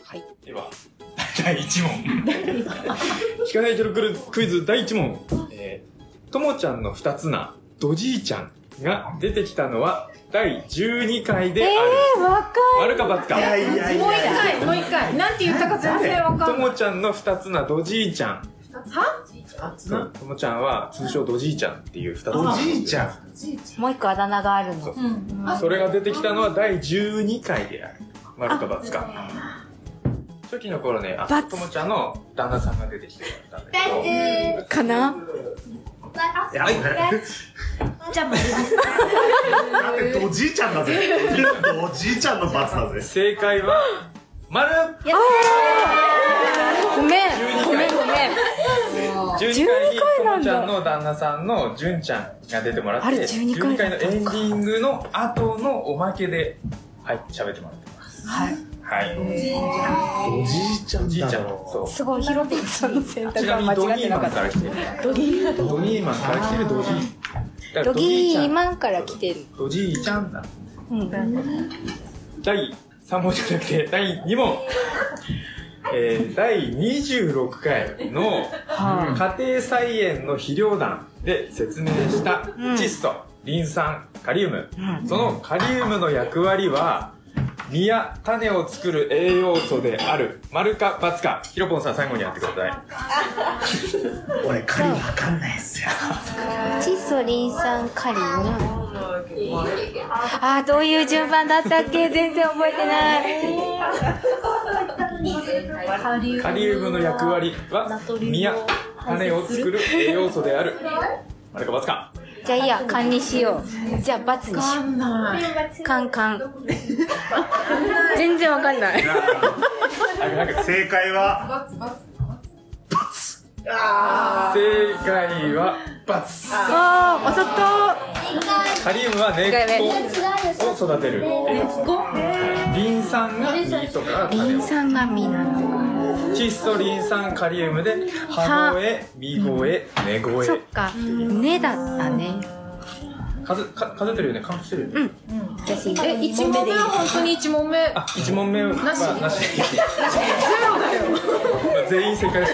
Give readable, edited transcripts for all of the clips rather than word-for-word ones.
はい。 では、第1問。聞かないとクイズ第1問。ともちゃんの二つな、ドジーちゃんが出てきたのは、第12回である。 若い。 丸か×か。 もう一回。なんて言ったか全然わかんない。 ともちゃんの二つな、ドジーちゃん。 は？ ともちゃんは、通称ドジーちゃんっていう二つな。 ドジーちゃん。 もう一個あだ名があるの。 それが出てきたのは第12回である。丸か×か。初期の頃ね、ともちゃんの旦那さんが出てきてたんだけど。 かな？ じゃあ、だってドジーちゃんだぜ。ドジーちゃんの罰だぜ。 正解は、丸！ ごめん。 12回にともちゃんの旦那さんのじゅんちゃんが出てもらって、12回のエンディングの後のおまけで、はい、喋ってもらってます。はい。はい。 ドジーちゃんだろ。 そう。 すごい、ヒロピンさんの選択ちなみにが間違ってなかった。 ドギーマンから来てるドジー。 ドギーマンから来てる。 ドジーちゃんだ。第3問じゃなくて、第2問。第26回の家庭菜園の肥料弾で説明した窒素、リン酸、カリウム。そのカリウムの役割は、実や種を作る栄養素である。丸か×か。ひろぽんさん最後にやってください。 俺、カリわかんないっすよ。 窒素、リン酸、カリウム。どういう順番だったっけ？全然覚えてない。 カリウムの役割は、実や種を作る栄養素である。丸か×か。 じゃあいいや、勘にしよう。じゃあ×にしよう。勘。全然わかんない。 正解は、 正解は×。 当たった。 カリウムは根っこを育てる。リン酸が実とかリン酸が実なの。 窒素、リン酸、カリウムで葉越え、実越え、根越え。 そっか、根だったね。 数えてるよね、カウントしてるよね。 私、 1問目は本当に1問目。 1問目はなし。ゼロだよ。 全員正解です。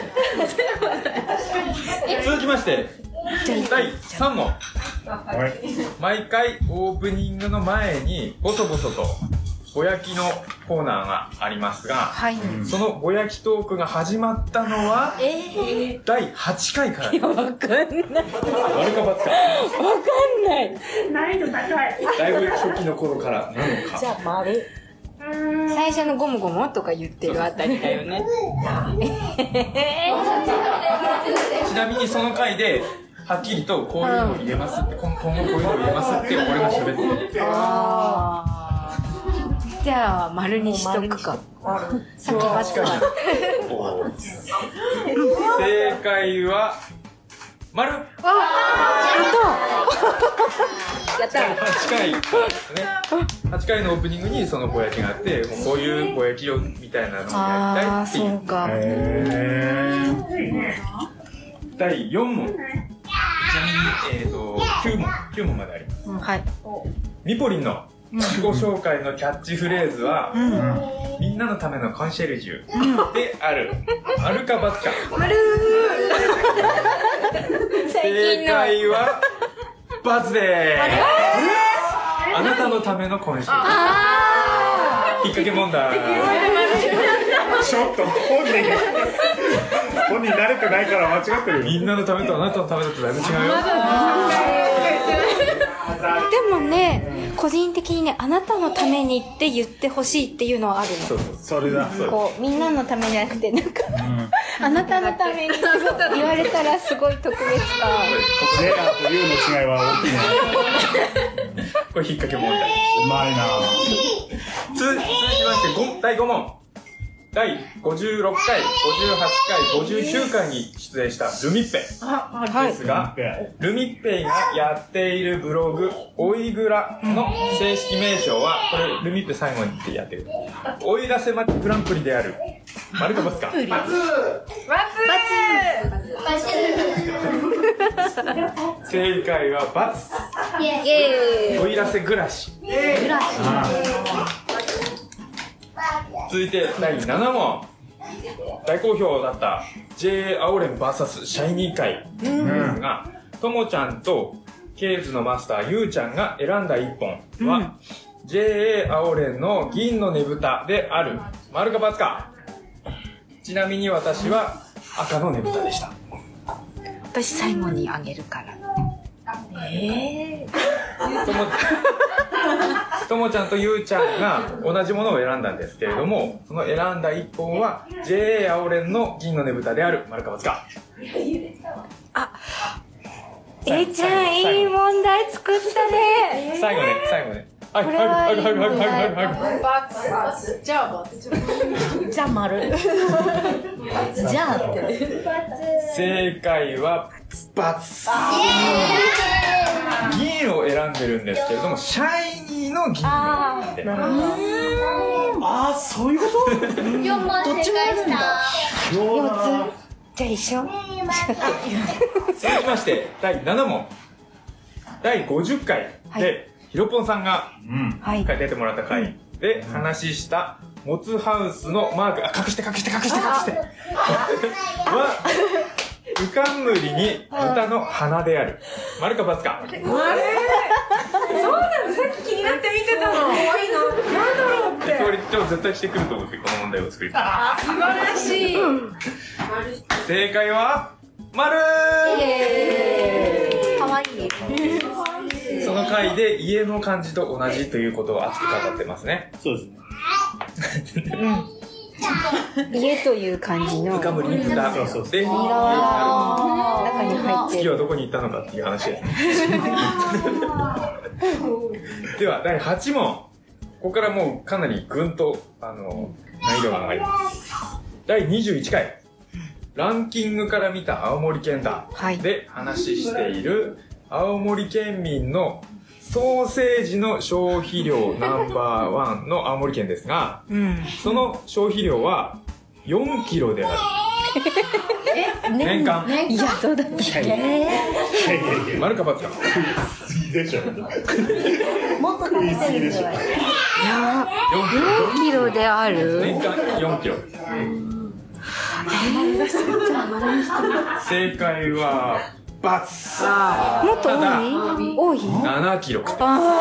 続きまして、第3問。毎回オープニングの前にボソボソとぼやきのコーナーがありますが、そのぼやきトークが始まったのは第8回から。 わかんない。 丸か×か。 わかんない。 難易度高い。 だいぶ初期の頃からなのか。 じゃあ丸。最初のゴムゴムとか言ってるあたりだよね。 ちなみにその回ではっきりとこういうのを入れますって、今後こういうのを入れますって俺が喋ってる。 じゃあ丸にしとくか。さっき間違えた。 正解は丸。 やった 8回ですね。8回のオープニングにそのぼやきがあって、もうこういうぼやきをみたいなのをやりたいっていう。 そうか。 第4問。ちなみに9問まであります。 はい。 ミポリンの自己紹介のキャッチフレーズは、みんなのためのコンシェルジュである。丸か×か。 丸。 正解は×でーす。あなたのためのコンシェルジュ。引っ掛け問題。 ちょっと本人慣れてないから間違ってるよ。 みんなのためとあなたのためだとだいぶ違うよ。 でもね、個人的にね、あなたのためにって言ってほしいっていうのはあるの。 それだ。 こうみんなのためじゃなくて、なんか、あなたのために言われたらすごい特別感。 レアというの違いは大きいね。 これ引っ掛け問題。 うまいな。 続きまして第5問。第56回、58回、59回に出演したルミッペですが、ルミッペがやっているブログ、おいぐらの正式名称は、これルミッペ最後にってやってる。おいらせまちグランプリである。丸か×か。正解は×。おいらせ暮らし。続続いて第7問。大好評だった JA アオレン VS シャイニー会ですが、ともちゃんとケーズのマスターゆうちゃんが選んだ1本は、JA アオレンの銀のねぶたである。丸か×か。ちなみに私は赤のねぶたでした。 私最後にあげるから。 ともちゃんとゆうちゃんが同じものを選んだんですけれども、その選んだ1本は JA アオレンの銀のねぶたである。丸か×か。 あ、ちゃんいい問題作ったね。 最後ね。はい。 じゃあ丸。じゃあって。 正解は×。銀を選んでるんですけれども、シャイニーの銀を選んで。 そういうこと？ 4問正解した。 4つ。じゃあ一緒。 続きまして第7問。第50回で、ひろぽんさんが出てもらった回で話したモツハウスのマーク、隠してはウカンムリに豚の鼻である。丸か×か。 そうなの、さっき気になって見てたの。怖いな。なんだろうって。 これ今日絶対してくると思ってこの問題を作りたい。 素晴らしい。 正解は丸。 かわいい。 その回で家の漢字と同じということを熱く語ってますね。 そうですね。 家という漢字のウカムリに豚で、 中に入ってる。 月はどこに行ったのかっていう話ですね。では第8問。ここからもうかなりぐんと難易度が上がります。第21回ランキングから見た青森県だで話している青森県民のソーセージの消費量ナンバー1の青森県ですが、その消費量は4キロである。年間。 いや、どうだっけ。 丸か×か。 いいでしょ。 もっと食べてるんじゃない。 いや、4キロである。 年間4キロ。正解は×。 もっと多い 7キロ。 食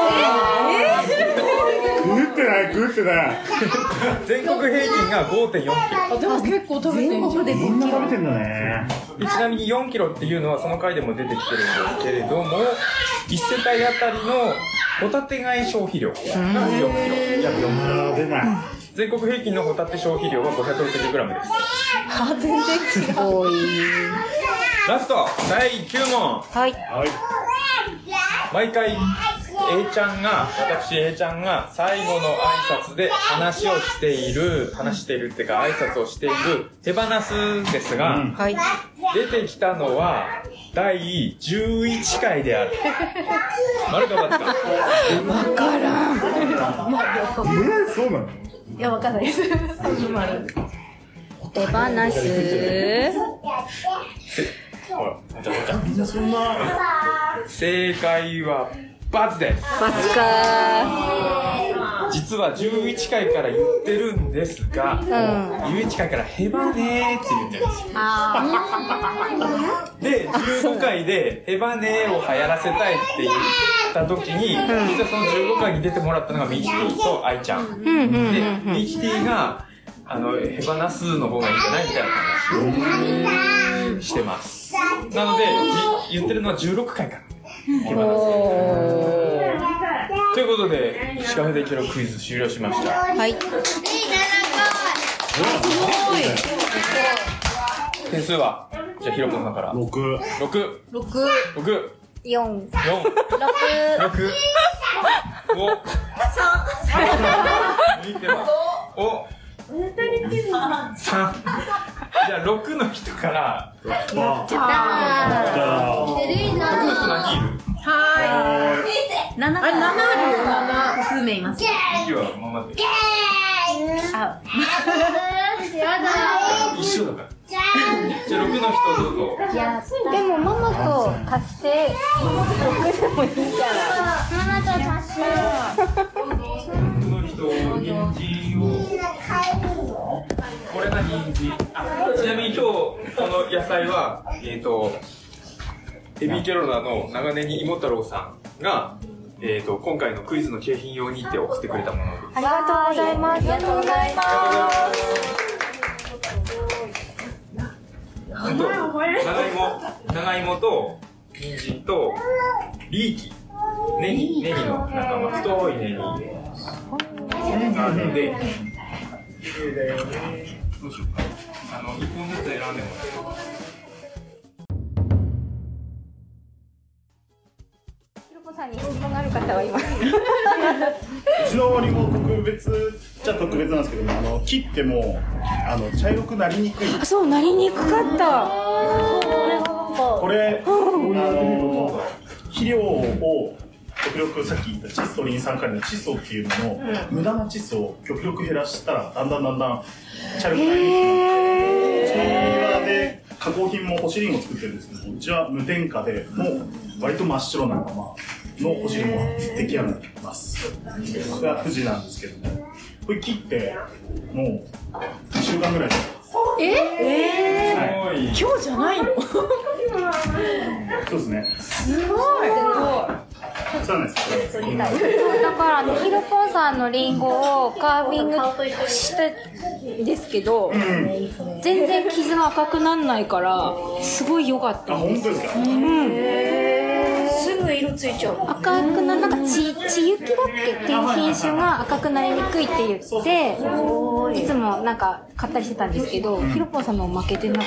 ってない。 全国平均が 5.4 キロ。 でも結構食べてる。 みんな食べてんだね。 でちなみに4キロっていうのはその回でも出てきてるんですけれども、1世帯あたりのホタテ貝消費量が4キロ、約4キロ。 出ない。 全国平均のホタテ消費量は 560g です。 全然違う。 多い。 ラスト第9問。 はい。 毎回 A ちゃんが最後の挨拶で話しているっていうか挨拶をしている手放すですが、出てきたのは第11回である。丸か×か。 わからん。 そうなの？ いや、わかんないです。 手放す。 正解は×です。 ×か。 実は11回から言ってるんですが、11回からヘバネーって言ってるんですよ。で、15回でヘバネーを流行らせたいって言った時に、実はその15回に出てもらったのがミキティとアイちゃん。で、ミキティがヘバナスの方がいいんじゃないみたいな話をしてます。なので、言ってるのは16回からヘバナス。ということで、シカヘデキロクイズ終了しました。 はい。 点数は、じゃあヒロポンさんから。6。4。5。3。じゃあ6の人から。6の人何いる 7あるよ。数名います。 1はママで。 やだ。 一緒だから。じゃあ6の人どうぞ。 でもママと貸して6でもいいから。 ママと足す。 6の人、人参を。 ちなみに今日この野菜はヘビーキャロラの長ネギ芋太郎さんが今回のクイズの景品用にって送ってくれたものです。 ありがとうございます。ありがとうございます。 長芋と人参とリーキ、ネギの仲間、太いネギがあるので、どうしようか。1本ずつ選んでもらって。 ひろこさんに質問がある方はいます。 うちのリンゴ特別っちゃ特別なんですけど、切っても茶色くなりにくい。 あ、そう、なりにくかった。 これ肥料を極力さっき言ったチッ素リン酸カリの窒素っていうのの、無駄な窒素を極力減らしたらだんだん茶色くなりにくくなって、うちの庭で加工品も干しリンゴ作ってるんですけど、うちは無添加でもう割と真っ白なままの干しリンゴが出来上がります。これが富士なんですけども、これ切ってもう2週間ぐらいではい、今日じゃないの？ そうですね。 すごい。 そうなんです。 だからひろぽんさんのリンゴをカービングしたんですけど、全然傷が赤くならないからすごい良かったんです。 あ、本当ですか？ すぐ色ついちゃう。 赤くな、なんか血雪だっけっていう品種が赤くなりにくいって言って、いつもなんか買ったりしてたんですけど、ひろぽんさんの負けてなかった。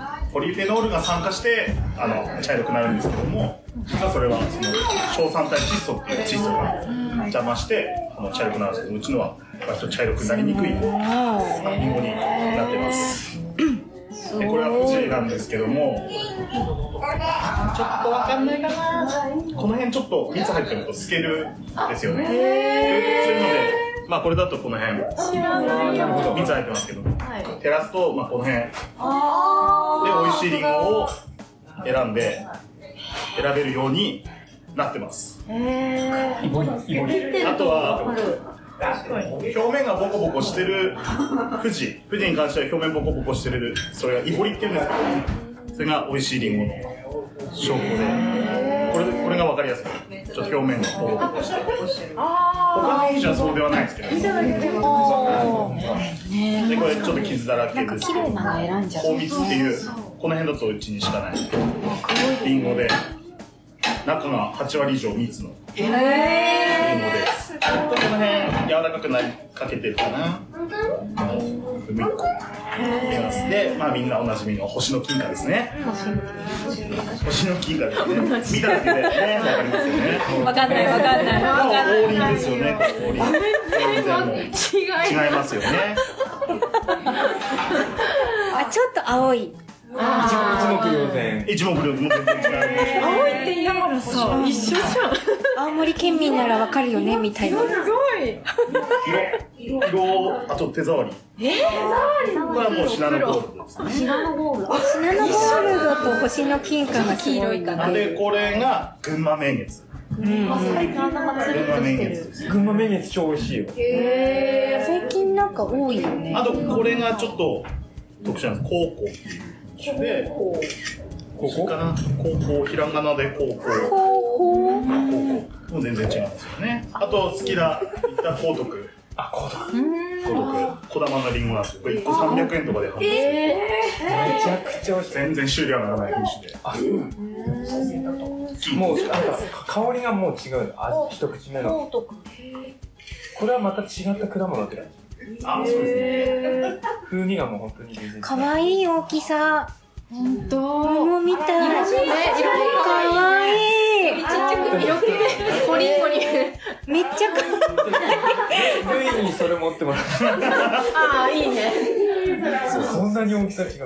ポリフェノールが酸化して茶色くなるんですけども、それはその硝酸体窒素っていう窒素が邪魔して茶色くなるんですけど、うちのは割と茶色くなりにくいリンゴになってます。でこれは富士なんですけども、ちょっとわかんないかな、この辺ちょっと蜜入ってると透けるんですよね。そういうので、まあこれだとこの辺蜜入ってますけど、照らすとまあこの辺で美味しいリンゴを選べるようになってます。あとは表面がボコボコしてる富士に関しては表面ボコボコしてる、それがイボリっていうんですけど、それが美味しいリンゴの証拠で、これが分かりやすい。ちょっと表面がボコボコして、他の品種はそうではないですけど、でこれちょっと傷だらけですけど、高蜜っていうこの辺だとうちにしかないリンゴで、中が8割以上蜜のリンゴです。ちょっとこの辺柔らかくなりかけてるかな。海っこ入れます。で、まあみんなおなじみの星の金貨ですね。星の金貨ですね。見ただけでね、わかりますよね。 わかんない。 王林ですよね。王林。全然もう違いますよね。 あ、ちょっと青い。 一目瞭然。 一目瞭然も全然違います。 青いって言いながらさ、一緒じゃん。 青森県民ならわかるよねみたいな。 すごい。 色、あと手触り。これはもうシナノゴールドですね。 シナノゴールドと星の金貨が黄色いかな。 で、これが群馬名月。群馬名月です。 群馬名月超美味しいよ。 最近なんか多いよね。 あとこれがちょっと特殊なんです。高校っていう種で、ここかな。高校、ひらがなで高校。もう全然違うんですよね。あとスキラいった高徳。高徳。小玉のリンゴなんですけど、これ1個300円とかで販売してる。 めちゃくちゃ美味しい。 全然種類はならない品種で。 もうなんか香りがもう違う。一口目の。これはまた違った果物って感じ。 あ、そうですね。 風味がもう本当に全然違う。 可愛い大きさ。 本当。 桃みたい。可愛い。 ちっちゃく色気でコリンコリン。 めっちゃ可愛い。 ルイにそれ持ってもらう。 ああ、いいね。 そんなに大きさ違うか。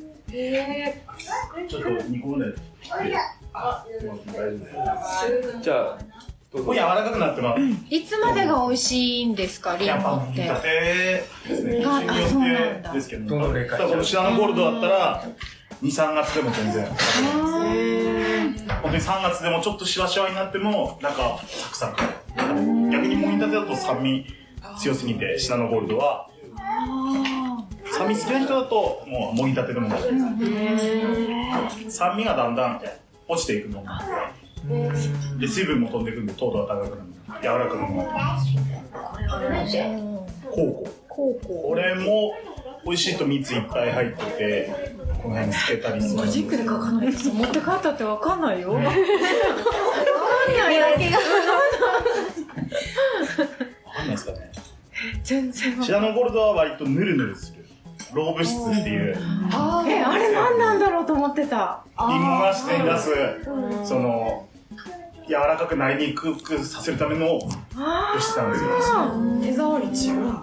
ちょっと2個ぐらい。あ、大丈夫です。 じゃあ。 もう柔らかくなってます。 いつまでが美味しいんですか、リンゴって。 やっぱてですね。品種によってですけど、このシナノゴールドだったら2、3月でも全然。本当に3月でもちょっとシワシワになっても中サクサク。逆にもぎたてだと酸味強すぎてシナノゴールドは酸味好きな人だと、もう、もぎたてでも大丈夫です。酸味がだんだん落ちていくので、水分も飛んでいくんで、糖度が高くなる。柔らかくなる。 これは何で？ これも、美味しいと蜜いっぱい入ってて、この辺つけたりする。 マジックで書かないと持って帰ったってわかんないよ。わかんないよ。 見分けが。 わかんないですかね。 全然。 シナモンゴールドは割とヌルヌルする。ローブ質っていう。 あれ何なんだろうと思ってた。 リンゴが自然に出す、その、柔らかくなりにくくさせるための物質なんですよ。 手触り違う。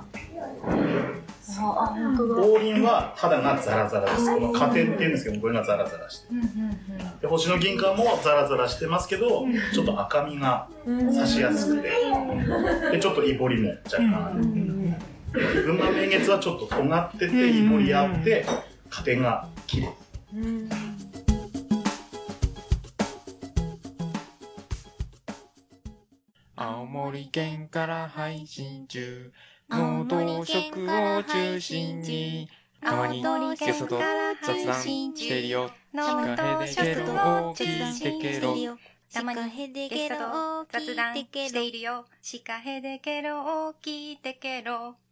王林は肌がザラザラです。この花点っていうんですけど、これがザラザラしてで、星の銀貨もザラザラしてますけど、ちょっと赤みが差しやすくて、で、ちょっとイボリも若干ある。群馬名月はちょっと尖ってて、イボリあって、花点が綺麗。 青森県から配信中。農道食を中心に、たまにゲストと雑談しているよ。シカヘデケロを聞いてケロ。 たまにゲストと雑談しているよ。シカヘデケロを聞いてケロ。